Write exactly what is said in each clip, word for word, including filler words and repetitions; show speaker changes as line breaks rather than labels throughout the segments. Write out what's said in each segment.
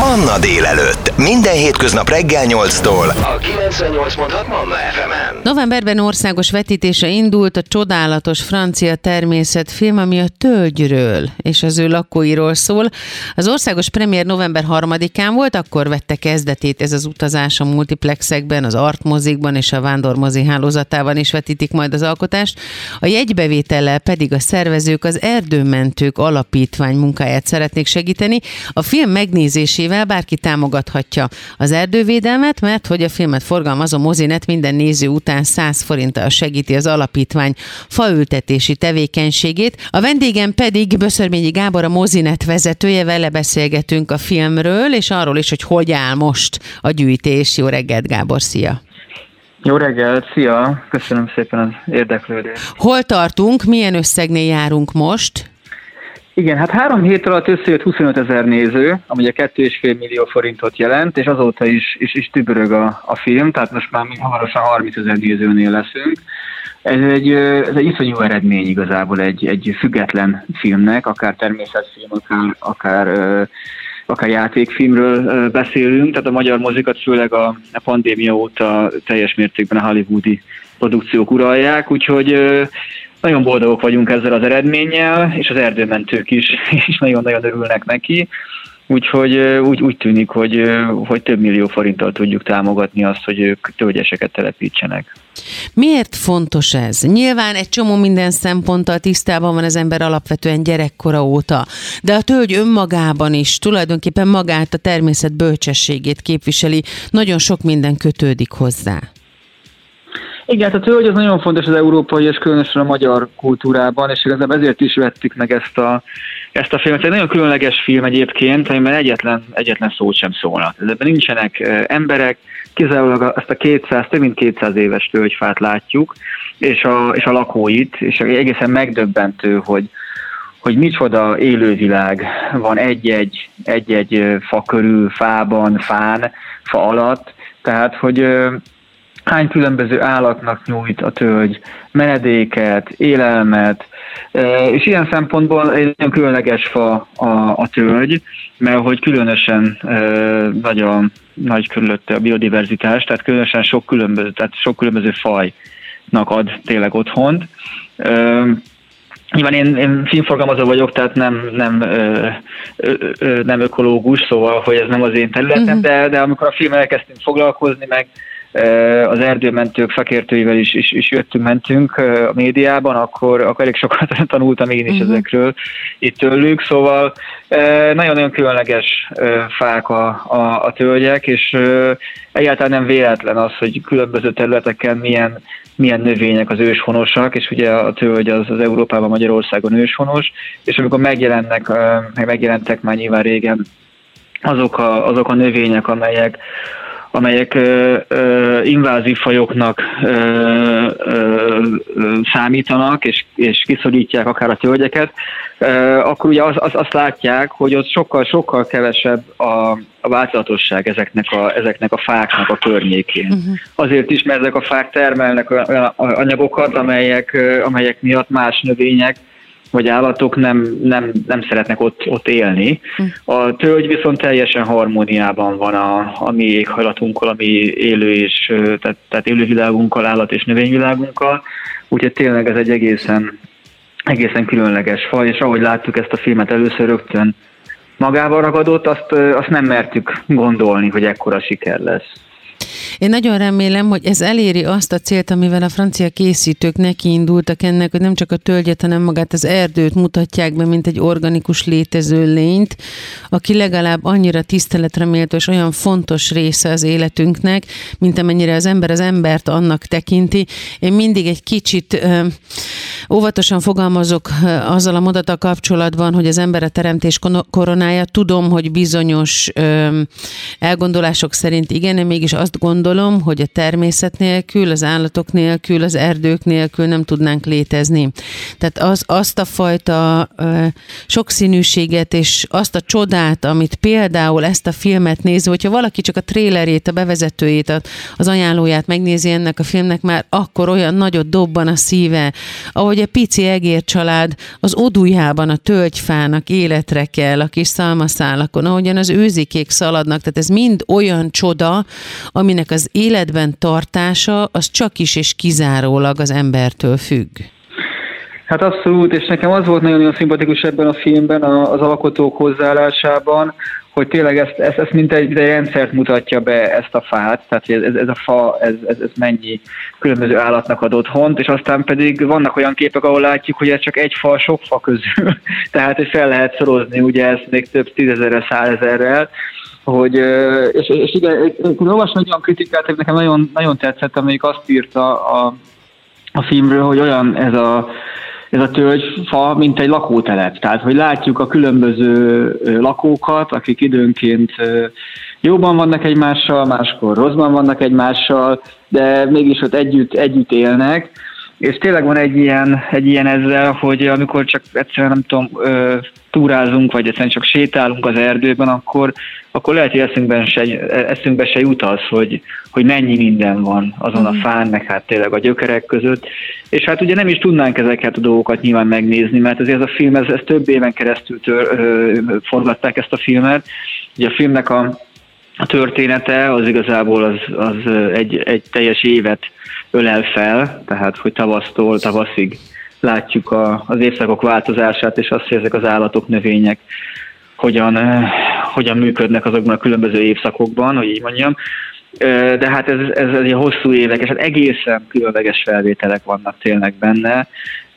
Manna délelőtt. Minden hétköznap reggel nyolctól a kilencvennyolc pont hat Manna ef emen.
Novemberben országos vetítése indult a csodálatos francia természetfilm, ami a tölgyről és az ő lakóiról szól. Az országos premier november harmadikán volt, akkor vette kezdetét ez az utazás a multiplexekben, az Artmozikban és a Vándormozi hálózatában is vetítik majd az alkotást. A jegybevétellel pedig a szervezők az Erdőmentők Alapítvány munkáját szeretnék segíteni. A film megnézésével bárki támogathatja az erdővédelmet, mert hogy a filmet forgalmazó Mozinet minden néző után száz forinttal segíti az alapítvány faültetési tevékenységét. A vendégem pedig Böszörményi Gábor, a Mozinet vezetője, vele beszélgetünk a filmről, és arról is, hogy hogy áll most a gyűjtés. Jó reggelt, Gábor, szia!
Jó reggelt, szia! Köszönöm szépen az érdeklődést.
Hol tartunk, milyen összegnél járunk most?
Igen, hát három hét alatt összejött huszonöt ezer néző, ami a két és fél millió forintot jelent, és azóta is, is, is tübörög a, a film, tehát most már hamarosan harminc ezer nézőnél leszünk. Ez egy, ez egy iszonyú eredmény igazából egy, egy független filmnek, akár természetfilm, akár, akár, akár játékfilmről beszélünk, tehát a magyar mozikat főleg a, a pandémia óta teljes mértékben a hollywoodi produkciók uralják, úgyhogy nagyon boldogok vagyunk ezzel az eredménnyel, és az erdőmentők is, is nagyon-nagyon örülnek neki. Úgyhogy úgy, úgy tűnik, hogy, hogy több millió forinttal tudjuk támogatni azt, hogy ők tölgyeseket telepítsenek.
Miért fontos ez? Nyilván egy csomó minden szemponttal tisztában van az ember alapvetően gyerekkora óta, de a tölgy önmagában is tulajdonképpen magát, a természet bölcsességét képviseli, nagyon sok minden kötődik hozzá.
Igen, a tölgy az nagyon fontos az európai és különösen a magyar kultúrában, és igazából ezért is vettük meg ezt a, ezt a filmet. Ez egy nagyon különleges film egyébként, amiben egyetlen, egyetlen szót sem szólnak. Ebben nincsenek emberek, kizárólag ezt a kétszáz, több mint kétszáz éves tölgyfát látjuk, és a, és a lakóit, és egészen megdöbbentő, hogy, hogy micsoda élővilág van egy-egy, egy-egy fa körül, fában, fán, fa alatt, tehát hogy hány különböző állatnak nyújt a tölgy menedéket, élelmet, és ilyen szempontból egy nagyon különleges fa a, a tölgy, mert hogy különösen nagyon nagy körülötte a biodiverzitás, tehát különösen sok különböző, tehát sok különböző fajnak ad tényleg otthont. Nyilván én, én filmforgalmazó vagyok, tehát nem, nem, ö, ö, ö, nem ökológus, szóval hogy ez nem az én területem, uh-huh. de, de amikor a filmmel elkezdtünk foglalkozni, meg az erdőmentők szakértőivel is, is, is jöttünk, mentünk a médiában, akkor, akkor elég sokat tanultam én is uh-huh. ezekről itt tőlük, szóval nagyon-nagyon különleges fák a, a, a tölgyek, és egyáltalán nem véletlen az, hogy különböző területeken milyen, milyen növények az őshonosak, és ugye a tölgy az, az Európában, Magyarországon őshonos, és amikor megjelennek, megjelentek már nyilván régen azok a, azok a növények, amelyek amelyek ö, ö, invázív fajoknak ö, ö, ö, számítanak, és, és kiszorítják akár a tölgyeket, ö, akkor ugye az, az, azt látják, hogy ott sokkal-sokkal kevesebb a, a változatosság ezeknek a, ezeknek a fáknak a környékén. Uh-huh. Azért is, mert ezek a fák termelnek olyan anyagokat, amelyek, amelyek miatt más növények vagy állatok nem, nem, nem szeretnek ott, ott élni. A tölgy viszont teljesen harmóniában van a, a mi éghajlatunkkal, a mi élő és, tehát, tehát élővilágunkkal, állat- és növényvilágunkkal. Úgyhogy tényleg ez egy egészen, egészen különleges faj, és ahogy láttuk ezt a filmet először, rögtön magával ragadott, azt, azt nem mertük gondolni, hogy ekkora siker lesz.
Én nagyon remélem, hogy ez eléri azt a célt, amivel a francia készítők nekiindultak ennek, hogy nem csak a tölgyet, hanem magát az erdőt mutatják be, mint egy organikus létező lényt, aki legalább annyira tiszteletre méltó és olyan fontos része az életünknek, mint amennyire az ember az embert annak tekinti. Én mindig egy kicsit ö, óvatosan fogalmazok ö, azzal a mondattal kapcsolatban, hogy az ember a teremtés koronája. Tudom, hogy bizonyos ö, elgondolások szerint igen, én mégis azt gondolom, gondolom, hogy a természet nélkül, az állatok nélkül, az erdők nélkül nem tudnánk létezni. Tehát az, azt a fajta ö, sokszínűséget és azt a csodát, amit például ezt a filmet nézve, hogyha valaki csak a trélerét, a bevezetőjét, az ajánlóját megnézi ennek a filmnek, már akkor olyan nagyot dobban a szíve, ahogy a pici egér család az odújában a tölgyfának életre kell, a kis szalmaszálakon, ahogyan az őzikék szaladnak, tehát ez mind olyan csoda, aminek az életben tartása, az csak is és kizárólag az embertől függ.
Hát abszolút, és nekem az volt nagyon-nagyon szimpatikus ebben a filmben, az alkotók hozzáállásában, hogy tényleg ezt, ezt, ezt mint, egy, mint egy rendszert mutatja be ezt a fát, tehát ez, ez a fa, ez, ez, ez mennyi különböző állatnak ad otthont, és aztán pedig vannak olyan képek, ahol látjuk, hogy ez csak egy fa sok fa közül, tehát hogy fel lehet szorozni ugye ezt még több tízezerrel, százezerrel, hogy, és, és igen, olvastam egy olyan kritikát, hogy nekem nagyon, nagyon tetszett, amelyik azt írta a, a filmről, hogy olyan ez a ez a tölgyfa, mint egy lakótelep. Tehát, hogy látjuk a különböző lakókat, akik időnként jóban vannak egymással, máskor rosszban vannak egymással, de mégis ott együtt, együtt élnek. És tényleg van egy ilyen, egy ilyen ezzel, hogy amikor csak egyszerűen nem tudom, túrázunk, vagy egyszerűen csak sétálunk az erdőben, akkor, akkor lehet, hogy eszünkben se, eszünkbe se jut az, hogy, hogy mennyi minden van azon a fán, meg hát tényleg a gyökerek között. És hát ugye nem is tudnánk ezeket a dolgokat nyilván megnézni, mert azért ez a film, ez, ez több éven keresztül tör, ö, forgatták ezt a filmet. Ugye a filmnek a, a története az igazából az, az egy, egy teljes évet ölel fel, tehát hogy tavasztól tavaszig látjuk a, az évszakok változását, és azt, hogy ezek az állatok, növények hogyan, eh, hogyan működnek azokban a különböző évszakokban, hogy így mondjam. Eh, de hát ez, ez, ez egy hosszú évek, és hát egészen különleges felvételek vannak tényleg benne,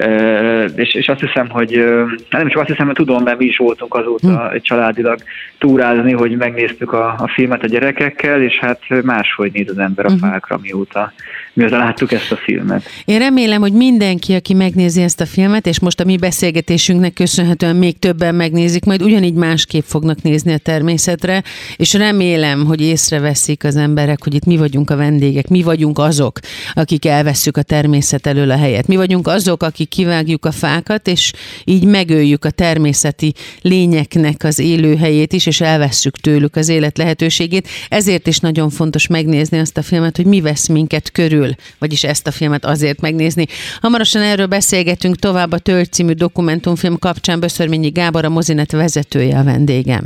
eh, és, és azt hiszem, hogy nem csak azt hiszem, hogy tudom, mert mi is voltunk azóta egy családilag túrázni, hogy megnéztük a, a filmet a gyerekekkel, és hát máshogy néz az ember a fákra, mióta mióta láttuk ezt a filmet.
Én remélem, hogy mindenki, aki megnézi ezt a filmet, és most a mi beszélgetésünknek köszönhetően még többen megnézik, majd ugyanígy másképp fognak nézni a természetre, és remélem, hogy észreveszik az emberek, hogy itt mi vagyunk a vendégek, mi vagyunk azok, akik elvesszük a természet elől a helyet. Mi vagyunk azok, akik kivágjuk a fákat, és így megöljük a természeti lényeknek az élőhelyét is, és elvesszük tőlük az élet lehetőségét. Ezért is nagyon fontos megnézni azt a filmet, hogy mi vesz minket körül, vagyis ezt a filmet azért megnézni. Hamarosan erről beszélgetünk tovább, a Tölgy című dokumentumfilm kapcsán. Böszörményi Gábor, a Mozinet vezetője a vendégem.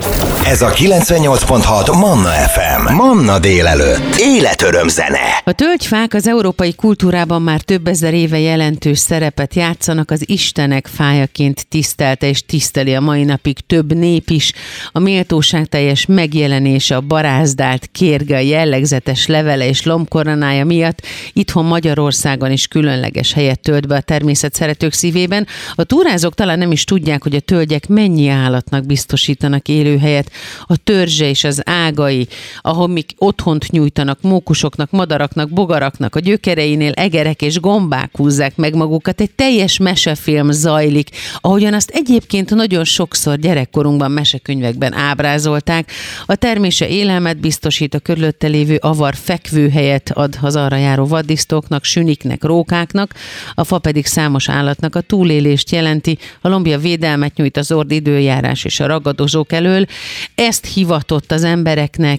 Ez a kilencvennyolc pont hat Manna ef em. Manna délelőtt. Életöröm zene.
A tölgyfák az európai kultúrában már több ezer éve jelentős szerepet játszanak, az istenek fájaként tisztelte és tiszteli a mai napig több nép is. A méltóságteljes megjelenése, a barázdált kérge, a jellegzetes levele és lombkoronája miatt itthon Magyarországon is különleges helyet tölt be a természet szeretők szívében. A túrázók talán nem is tudják, hogy a tölgyek mennyi állatnak biztosítanak élőhelyet. A törzse és az ágai, ahol mik otthont nyújtanak mókusoknak, madaraknak, bogaraknak, a gyökereinél egerek és gombák húzzák meg magukat. Egy teljes mesefilm zajlik, ahogyan azt egyébként nagyon sokszor gyerekkorunkban mesekönyvekben ábrázolták. A termése élelmet biztosít, a körülötte lévő avar fekvőhelyet ad az arra járó vaddisznóknak, süniknek, rókáknak, a fa pedig számos állatnak a túlélést jelenti, a lombja védelmet nyújt az ord időjárás és a ragadozók elől. Ezt hivatott az embereknek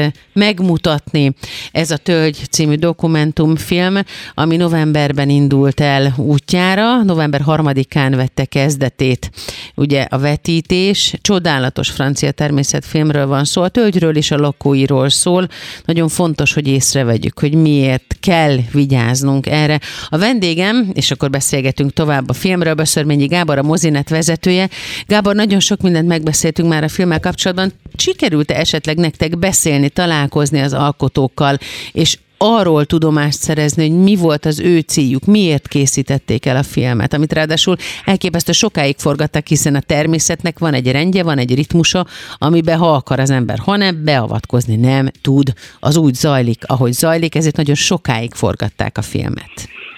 megmutatni ez a Tölgy című dokumentumfilm, ami novemberben indult el útjára, november harmadikán vette kezdetét. Ugye a vetítés, csodálatos francia természetfilmről van szó, a tölgyről és a lakóiról szól. Nagyon fontos, hogy észrevegyük, hogy miért kell vigyáznunk erre. A vendégem, és akkor beszélgetünk tovább a filmről, Böszörményi Gábor, a Mozinet vezetője. Gábor, nagyon sok mindent megbeszéltünk már a filmmel kapcsolatban. Sikerült-e esetleg nektek beszélni, találkozni az alkotókkal, és arról tudomást szerezni, hogy mi volt az ő céljuk, miért készítették el a filmet, amit ráadásul elképesztő sokáig forgattak, hiszen a természetnek van egy rendje, van egy ritmusa, amiben ha akar az ember, ha nem, beavatkozni nem tud, az úgy zajlik, ahogy zajlik, ezért nagyon sokáig forgatták a filmet.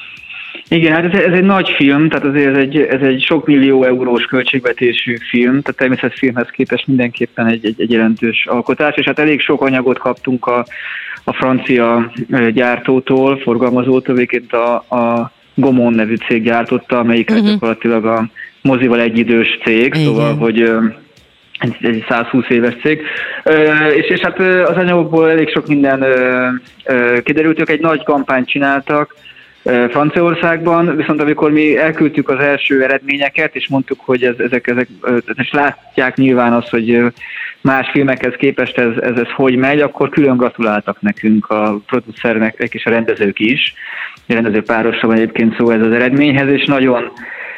Igen, hát ez, ez egy nagy film, tehát azért ez egy, ez egy sok millió eurós költségvetésű film, tehát természetfilmhez képest mindenképpen egy, egy, egy jelentős alkotás, és hát elég sok anyagot kaptunk a, a francia gyártótól, forgalmazótól, végként a, a Gaumont nevű cég gyártotta, amelyik uh-huh. gyakorlatilag a mozival egyidős cég, igen. Szóval, hogy ez egy százhúsz éves cég, és, és hát az anyagokból elég sok minden kiderült, ők egy nagy kampányt csináltak Franciaországban, viszont amikor mi elküldtük az első eredményeket, és mondtuk, hogy ez, ezek, ezek, és látják nyilván azt, hogy más filmekhez képest ez, ez, ez hogy megy, akkor külön gratuláltak nekünk a producernek és a rendezők is. A rendező párosra van egyébként szó ez az eredményhez, és nagyon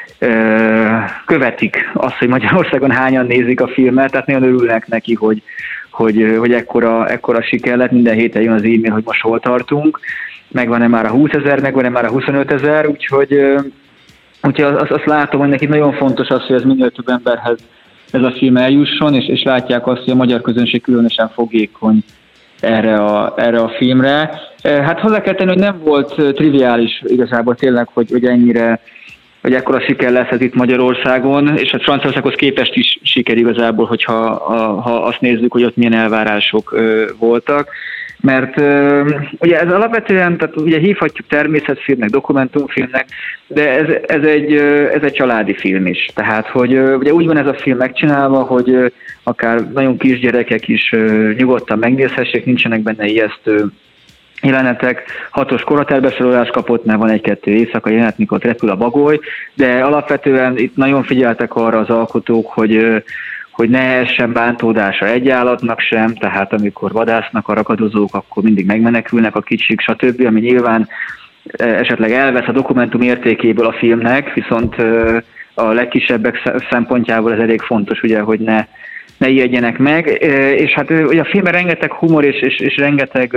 követik azt, hogy Magyarországon hányan nézik a filmet, tehát nagyon örülnek neki, hogy, hogy, hogy ekkora, ekkora siker lett. Minden héten jön az e-mail, hogy most hol tartunk, megvan-e már a húszezer, megvan-e már a huszonötezer, úgyhogy, úgyhogy azt, azt látom, hogy neki nagyon fontos az, hogy ez minél több emberhez ez a film eljusson, és, és látják azt, hogy a magyar közönség különösen fogékony erre a, erre a filmre. Hát hozzá kell tenni, hogy nem volt triviális igazából tényleg, hogy, hogy ennyire hogy ekkora siker lesz ez itt Magyarországon, és hát Franciaországhoz képest is siker igazából, hogyha a, ha azt nézzük, hogy ott milyen elvárások ö, voltak. Mert ö, ugye ez alapvetően, tehát ugye hívhatjuk természetfilmnek, dokumentumfilmnek, de ez, ez, egy, ez egy családi film is. Tehát, hogy ö, ugye úgy van ez a film megcsinálva, hogy ö, akár nagyon kisgyerekek is ö, nyugodtan megnézhessék, nincsenek benne ijesztő jelenetek, hatos korhatárbesorolás kapott, mert van egy-kettő éjszaka jelenet, mikor repül a bagoly, de alapvetően itt nagyon figyeltek arra az alkotók, hogy, hogy ne essen bántódása egy állatnak sem, tehát amikor vadásznak a ragadozók, akkor mindig megmenekülnek a kicsik, stb., ami nyilván esetleg elvesz a dokumentum értékéből a filmnek, viszont a legkisebbek szempontjából ez elég fontos, ugye, hogy ne, ne ijedjenek meg, és hát ugye a filmben rengeteg humor és, és, és rengeteg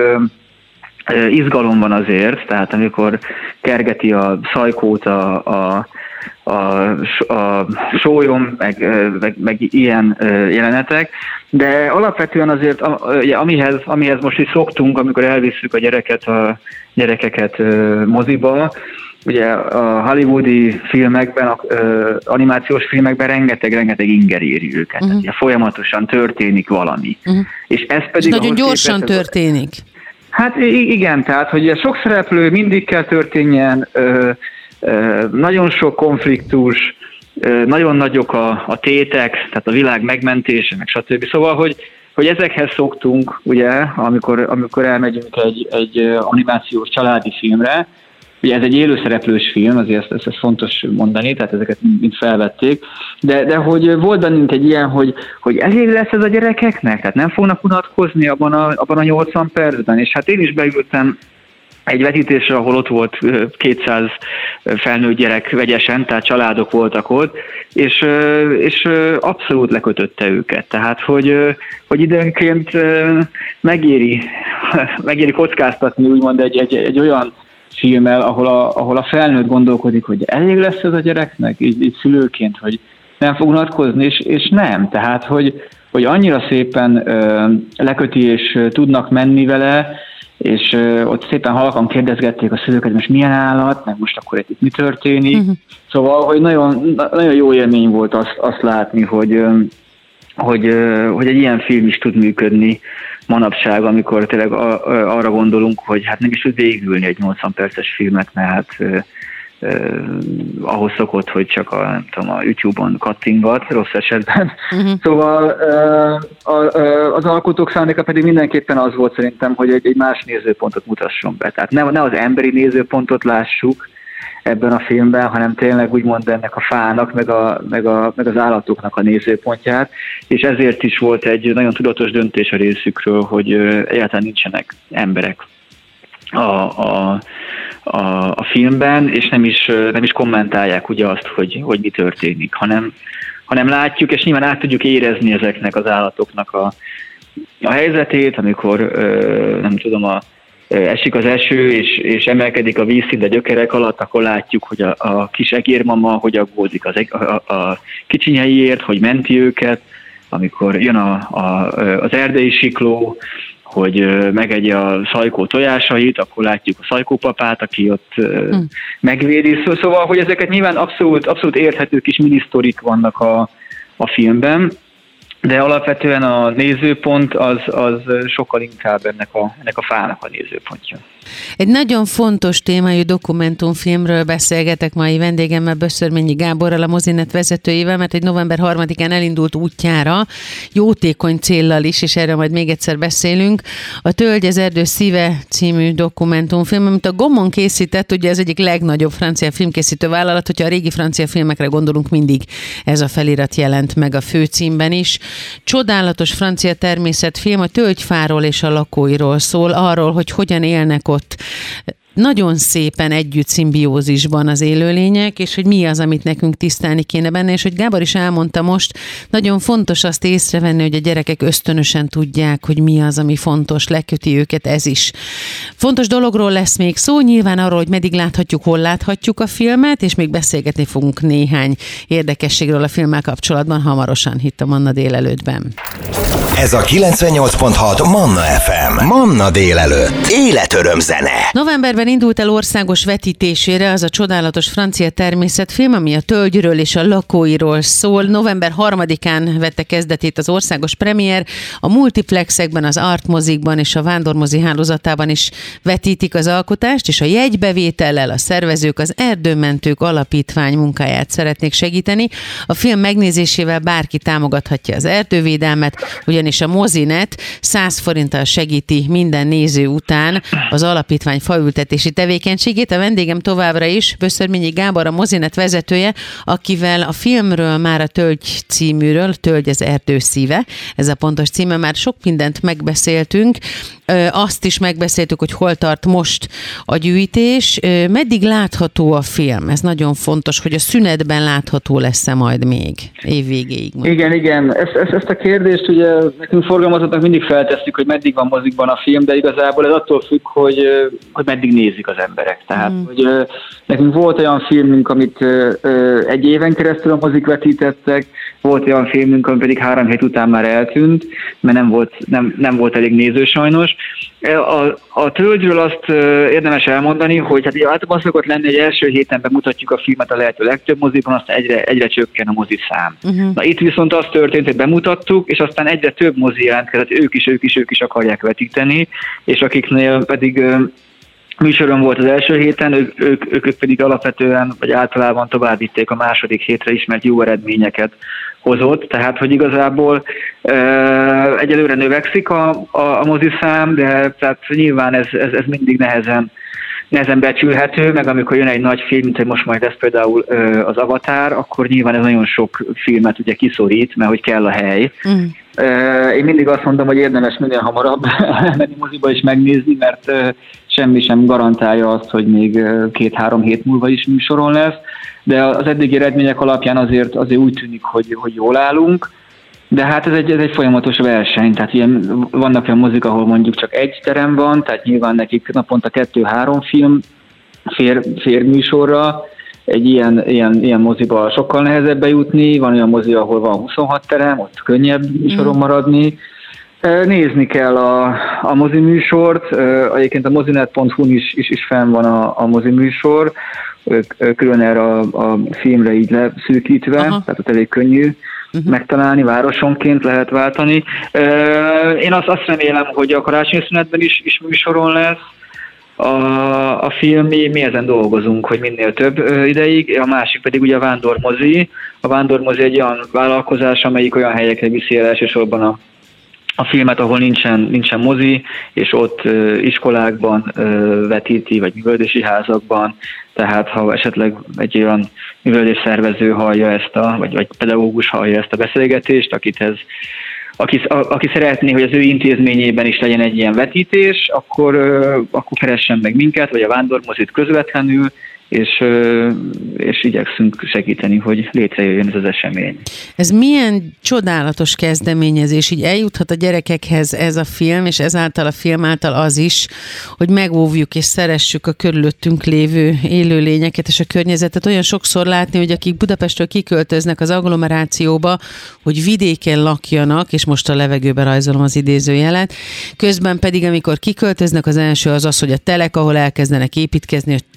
izgalom van azért, tehát amikor kergeti a szajkót a, a, a, a sólyom, meg, meg, meg ilyen jelenetek, de alapvetően azért, amihez, amihez most is szoktunk, amikor elvisszük a gyereket, a gyerekeket moziba, ugye a hollywoodi filmekben, a, animációs filmekben rengeteg-rengeteg inger éri őket. Uh-huh. Tehát, folyamatosan történik valami. Uh-huh. És ez pedig...
És nagyon gyorsan történik.
Hát igen, tehát, hogy sok szereplő mindig kell történjen, ö, ö, nagyon sok konfliktus, ö, nagyon nagyok a, a tétek, tehát a világ megmentése, meg stb. Szóval, hogy, hogy ezekhez szoktunk, ugye, amikor, amikor elmegyünk egy, egy animációs családi filmre, ugye ez egy élőszereplős film, azért ezt, ezt, ezt fontos mondani, tehát ezeket mind felvették, de, de hogy volt bennünk egy ilyen, hogy, hogy elég lesz ez a gyerekeknek, tehát nem fognak unatkozni abban a, abban a nyolcvan percben, és hát én is beültem egy vetítésre, ahol ott volt kétszáz felnőtt gyerek vegyesen, tehát családok voltak ott, és, és abszolút lekötötte őket. Tehát, hogy, hogy időnként megéri, megéri kockáztatni, úgymond egy, egy, egy olyan filmmel, ahol a, ahol a felnőtt gondolkodik, hogy elég lesz ez a gyereknek, így, így szülőként, hogy nem fog unatkozni, és, és nem. Tehát, hogy, hogy annyira szépen ö, leköti, és ö, tudnak menni vele, és ö, ott szépen halkan kérdezgették a szülőket, hogy most milyen állat, meg most akkor itt mi történik. Uh-huh. Szóval, hogy nagyon, nagyon jó élmény volt azt, azt látni, hogy, ö, hogy, ö, hogy egy ilyen film is tud működni manapság, amikor tényleg arra gondolunk, hogy hát nem is tud végigülni egy nyolcvan perces filmet, mert hát eh, eh, ahhoz szokott, hogy csak a, nem tudom, a YouTube-on kattingat, rossz esetben. Uh-huh. Szóval eh, az alkotók szándéka pedig mindenképpen az volt szerintem, hogy egy, egy más nézőpontot mutasson be. Tehát ne, ne az emberi nézőpontot lássuk ebben a filmben, hanem tényleg úgymond ennek a fának, meg, a, meg, a, meg az állatoknak a nézőpontját, és ezért is volt egy nagyon tudatos döntés a részükről, hogy egyáltalán nincsenek emberek a, a, a, a filmben, és nem is, nem is kommentálják ugye azt, hogy, hogy mi történik, hanem, hanem látjuk, és nyilván át tudjuk érezni ezeknek az állatoknak a, a helyzetét, amikor nem tudom, a esik az eső, és, és emelkedik a vízszint a gyökerek alatt, akkor látjuk, hogy a, a kis egérmama hogy aggódik az, a, a kicsinyeiért, hogy menti őket, amikor jön a, a, az erdei sikló, hogy megegye a szajkó tojásait, akkor látjuk a szajkópapát, aki ott hmm. megvédi. Szóval, hogy ezeket nyilván abszolút, abszolút érthető kis minisztorik vannak a, a filmben, de alapvetően a nézőpont az, az sokkal inkább ennek a, ennek a fának a nézőpontja.
Egy nagyon fontos témájú dokumentumfilmről beszélgetek mai vendégemmel, Böszörményi Gáborral, a Mozinet vezetőjével, mert egy november harmadikán elindult útjára, jótékony céllal is, és erről majd még egyszer beszélünk. A Tölgy az erdő szíve című dokumentumfilm, amit a Gaumont készített, ugye ez egyik legnagyobb francia filmkészítő vállalat, hogyha a régi francia filmekre gondolunk, mindig ez a felirat jelent meg a főcímben is. Csodálatos francia természetfilm, a tölgyfáról és a lakóiról szól, arról, hogy hogyan élnek ott nagyon szépen együtt szimbiózisban az élőlények, és hogy mi az, amit nekünk tisztelni kéne benne, és hogy Gábor is elmondta most, nagyon fontos azt észrevenni, hogy a gyerekek ösztönösen tudják, hogy mi az, ami fontos, leköti őket ez is. Fontos dologról lesz még szó, nyilván arról, hogy meddig láthatjuk, hol láthatjuk a filmet, és még beszélgetni fogunk néhány érdekességről a filmmel kapcsolatban hamarosan, hittem Manna délelőttben.
Ez a kilencvennyolc pont hat Manna ef em. Manna délelőtt. Életöröm zene.
Novemberben indult el országos vetítésére az a csodálatos francia természetfilm, ami a tölgyről és a lakóiról szól. november harmadikán vette kezdetét az országos premier. A multiplexekben, az Art mozikban és a Vándormozi hálózatában is vetítik az alkotást, és a jegybevétellel a szervezők az Erdőmentők Alapítvány munkáját szeretnék segíteni. A film megnézésével bárki támogathatja az erdővédelmet, ugyanis a Mozinet száz forinttal segíti minden néző után az alapítvány faültetési tevékenységét. A vendégem továbbra is Böszörményi Gábor, a Mozinet vezetője, akivel a filmről, már a Tölgy címűről, Tölgy az erdő szíve, ez a pontos címe, már sok mindent megbeszéltünk. Azt is megbeszéltük, hogy hol tart most a gyűjtés. Meddig látható a film? Ez nagyon fontos, hogy a szünetben látható lesz-e majd még év végéig. Mondjuk.
Igen, igen. Ezt, ezt, ezt a kérdést ugye nekünk forgalmazóknak mindig feltesszük, hogy meddig van mozikban a film, de igazából ez attól függ, hogy, hogy meddig nézik az emberek. Tehát, mm. hogy nekünk volt olyan filmünk, amit egy éven keresztül a mozik vetítettek, volt olyan filmünk, ami pedig három hét után már eltűnt, mert nem volt, nem, nem volt elég néző sajnos. A, a Tölgyről azt érdemes elmondani, hogy hát általában az szokott lenni, hogy első héten bemutatjuk a filmet a lehető legtöbb moziban, aztán egyre, egyre csökken a moziszám. Uh-huh. Na itt viszont az történt, hogy bemutattuk, és aztán egyre több mozi jelentkezett, ők is, ők is, ők is akarják vetíteni, és akiknél pedig műsoron volt az első héten, ők, ők, ők pedig alapvetően, vagy általában tovább vitték a második hétre is, mert jó eredményeket hozott, tehát hogy igazából e, egyelőre növekszik a, a, a moziszám, de tehát nyilván ez, ez, ez mindig nehezen, nehezen becsülhető, meg amikor jön egy nagy film, mint hogy most majd ez például e, az Avatar, akkor nyilván ez nagyon sok filmet ugye kiszorít, mert hogy kell a hely. Mm. E, én mindig azt mondom, hogy érdemes minél hamarabb menni moziba is megnézni, mert e, semmi sem garantálja azt, hogy még két-három hét múlva is műsoron lesz, de az eddigi eredmények alapján azért, azért úgy tűnik, hogy, hogy jól állunk, de hát ez egy, ez egy folyamatos verseny, tehát ilyen, vannak olyan mozik, ahol mondjuk csak egy terem van, tehát nyilván nekik naponta kettő-három film fér, fér műsorra, egy ilyen, ilyen, ilyen moziba sokkal nehezebb bejutni, van olyan mozi, ahol van huszonhat terem, ott könnyebb műsoron maradni. Nézni kell a, a moziműsort, egyébként a mozinet pont hu-n is, is, is fenn van a, a moziműsor, külön erre a, a filmre így leszűkítve, Aha. tehát ott elég könnyű uh-huh. megtalálni, városonként lehet váltani. Én azt, azt remélem, hogy a karácsonyi szünetben is, is műsoron lesz a, a film, mi, mi ezen dolgozunk, hogy minél több ideig, a másik pedig ugye a Vándormozi. A Vándormozi egy olyan vállalkozás, amelyik olyan helyekre viszi el elsősorban a a filmet, ahol nincsen, nincsen mozi, és ott uh, iskolákban uh, vetíti, vagy művelődési házakban, tehát ha esetleg egy olyan művelődés szervező hallja ezt a, vagy, vagy pedagógus hallja ezt a beszélgetést, akit ez, aki, a, aki szeretné, hogy az ő intézményében is legyen egy ilyen vetítés, akkor, uh, akkor keressen meg minket, vagy a Vándormozit közvetlenül, és, és igyekszünk segíteni, hogy létrejöjjön ez az esemény.
Ez milyen csodálatos kezdeményezés, így eljuthat a gyerekekhez ez a film, és ezáltal a film által az is, hogy megóvjuk és szeressük a körülöttünk lévő élőlényeket és a környezetet. Olyan sokszor látni, hogy akik Budapestről kiköltöznek az agglomerációba, hogy vidéken lakjanak, és most a levegőbe rajzolom az idézőjelet, közben pedig, amikor kiköltöznek, az első az az, hogy a telek, ahol elkezdenek építkezni, a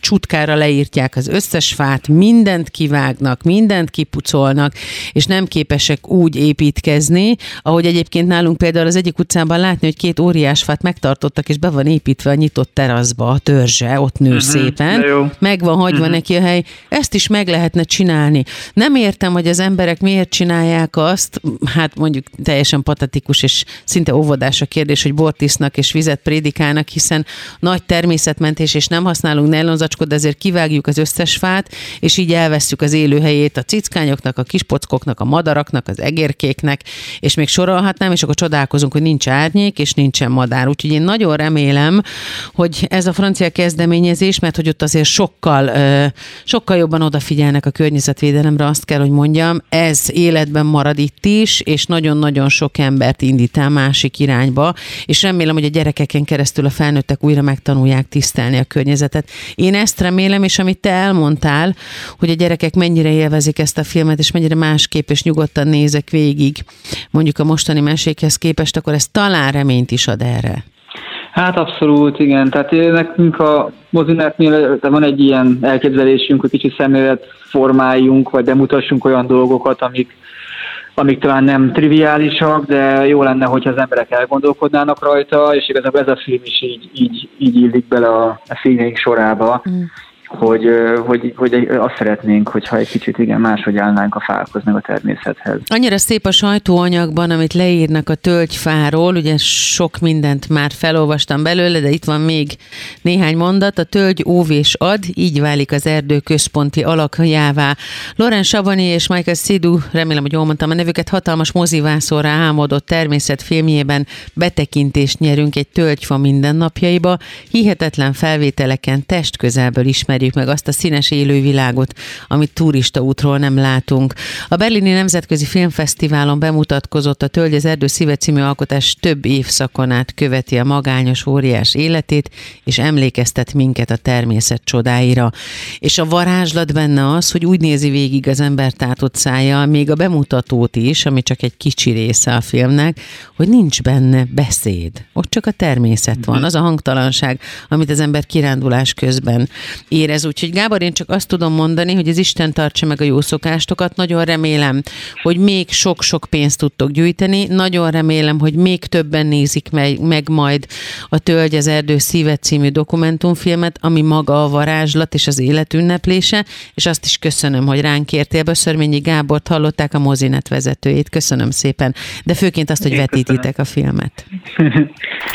csutkára leírtják az összes fát, mindent kivágnak, mindent kipucolnak, és nem képesek úgy építkezni, ahogy egyébként nálunk például az egyik utcában látni, hogy két óriás fát megtartottak, és be van építve a nyitott teraszba a törzse, ott nő uh-huh, szépen, meg van hagyva uh-huh. neki a hely. Ezt is meg lehetne csinálni. Nem értem, hogy az emberek miért csinálják azt, hát mondjuk teljesen patetikus és szinte óvodás a kérdés, hogy bort isznak és vizet prédikálnak, hiszen nagy természetmentés, és nem használunk nejlonzacskót, de ezért kivágjuk az összes fát, és így elvesszük az élőhelyét a cickányoknak, a kispockoknak, a madaraknak, az egérkéknek, és még sorolhatnám, és akkor csodálkozunk, hogy nincs árnyék, és nincsen madár. Úgyhogy én nagyon remélem, hogy ez a francia kezdeményezés, mert hogy ott azért sokkal, sokkal jobban odafigyelnek a környezetvédelemre, azt kell, hogy mondjam, ez életben marad itt is, és nagyon-nagyon sok embert indít el másik irányba, és remélem, hogy a gyerekeken keresztül a felnőttek újra megtanulják tisztelni a környezetet. Én ezt remélem, és amit te elmondtál, hogy a gyerekek mennyire élvezik ezt a filmet, és mennyire másképp és nyugodtan nézek végig, mondjuk a mostani mesékhez képest, akkor ez talán reményt is ad erre.
Hát abszolút, igen. Tehát nekünk a mozinátnél van egy ilyen elképzelésünk, hogy kicsit szemlélet formáljunk, vagy bemutassunk olyan dolgokat, amik, amik talán nem triviálisak, de jó lenne, hogyha az emberek elgondolkodnának rajta, és igazából ez a film is így, így, így illik bele a, a filmjeink sorába. Mm. Hogy, hogy, hogy azt szeretnénk, hogyha egy kicsit igen máshogy állnánk a fákhoz, meg a természethez.
Annyira szép a sajtóanyagban, amit leírnak a tölgyfáról, ugye sok mindent már felolvastam belőle, de itt van még néhány mondat. A tölgy óv és ad, így válik az erdő központi alakjává. Laurent Chabonnier és Michael Seydoux, remélem, hogy jól mondtam a nevüket, hatalmas mozivászorra álmodott természetfilmjében betekintést nyerünk egy tölgyfa mindennapjaiba, hihetetlen felvételeken testközelből ismerjük meg azt a színes élővilágot, amit turistaútról nem látunk. A Berlini Nemzetközi Filmfesztiválon bemutatkozott a Tölgy az erdő szíve című alkotás több évszakon át követi a magányos óriás életét, és emlékeztet minket a természet csodáira. És a varázslat benne az, hogy úgy nézi végig az ember tátott szájjal, még a bemutatót is, ami csak egy kicsi része a filmnek, hogy nincs benne beszéd. Ott csak a természet van, az a hangtalanság, amit az ember kirándulás közben érez. Úgyhogy Gábor, én csak azt tudom mondani, hogy az Isten tartsa meg a jó szokástokat. Nagyon remélem, hogy még sok-sok pénzt tudtok gyűjteni. Nagyon remélem, hogy még többen nézik meg, meg majd a Tölgy az erdő szíve című dokumentumfilmet, ami maga a varázslat és az élet ünneplése, és azt is köszönöm, hogy ránk kértél. Böszörményi Gábort hallották, a Mozinet vezetőjét. Köszönöm szépen. De főként azt, hogy én vetítitek köszönöm a filmet.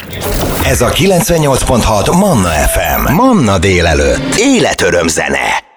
Ez a kilencvennyolc pont hat Manna ef em. Manna délelőtt. Életöröm zene.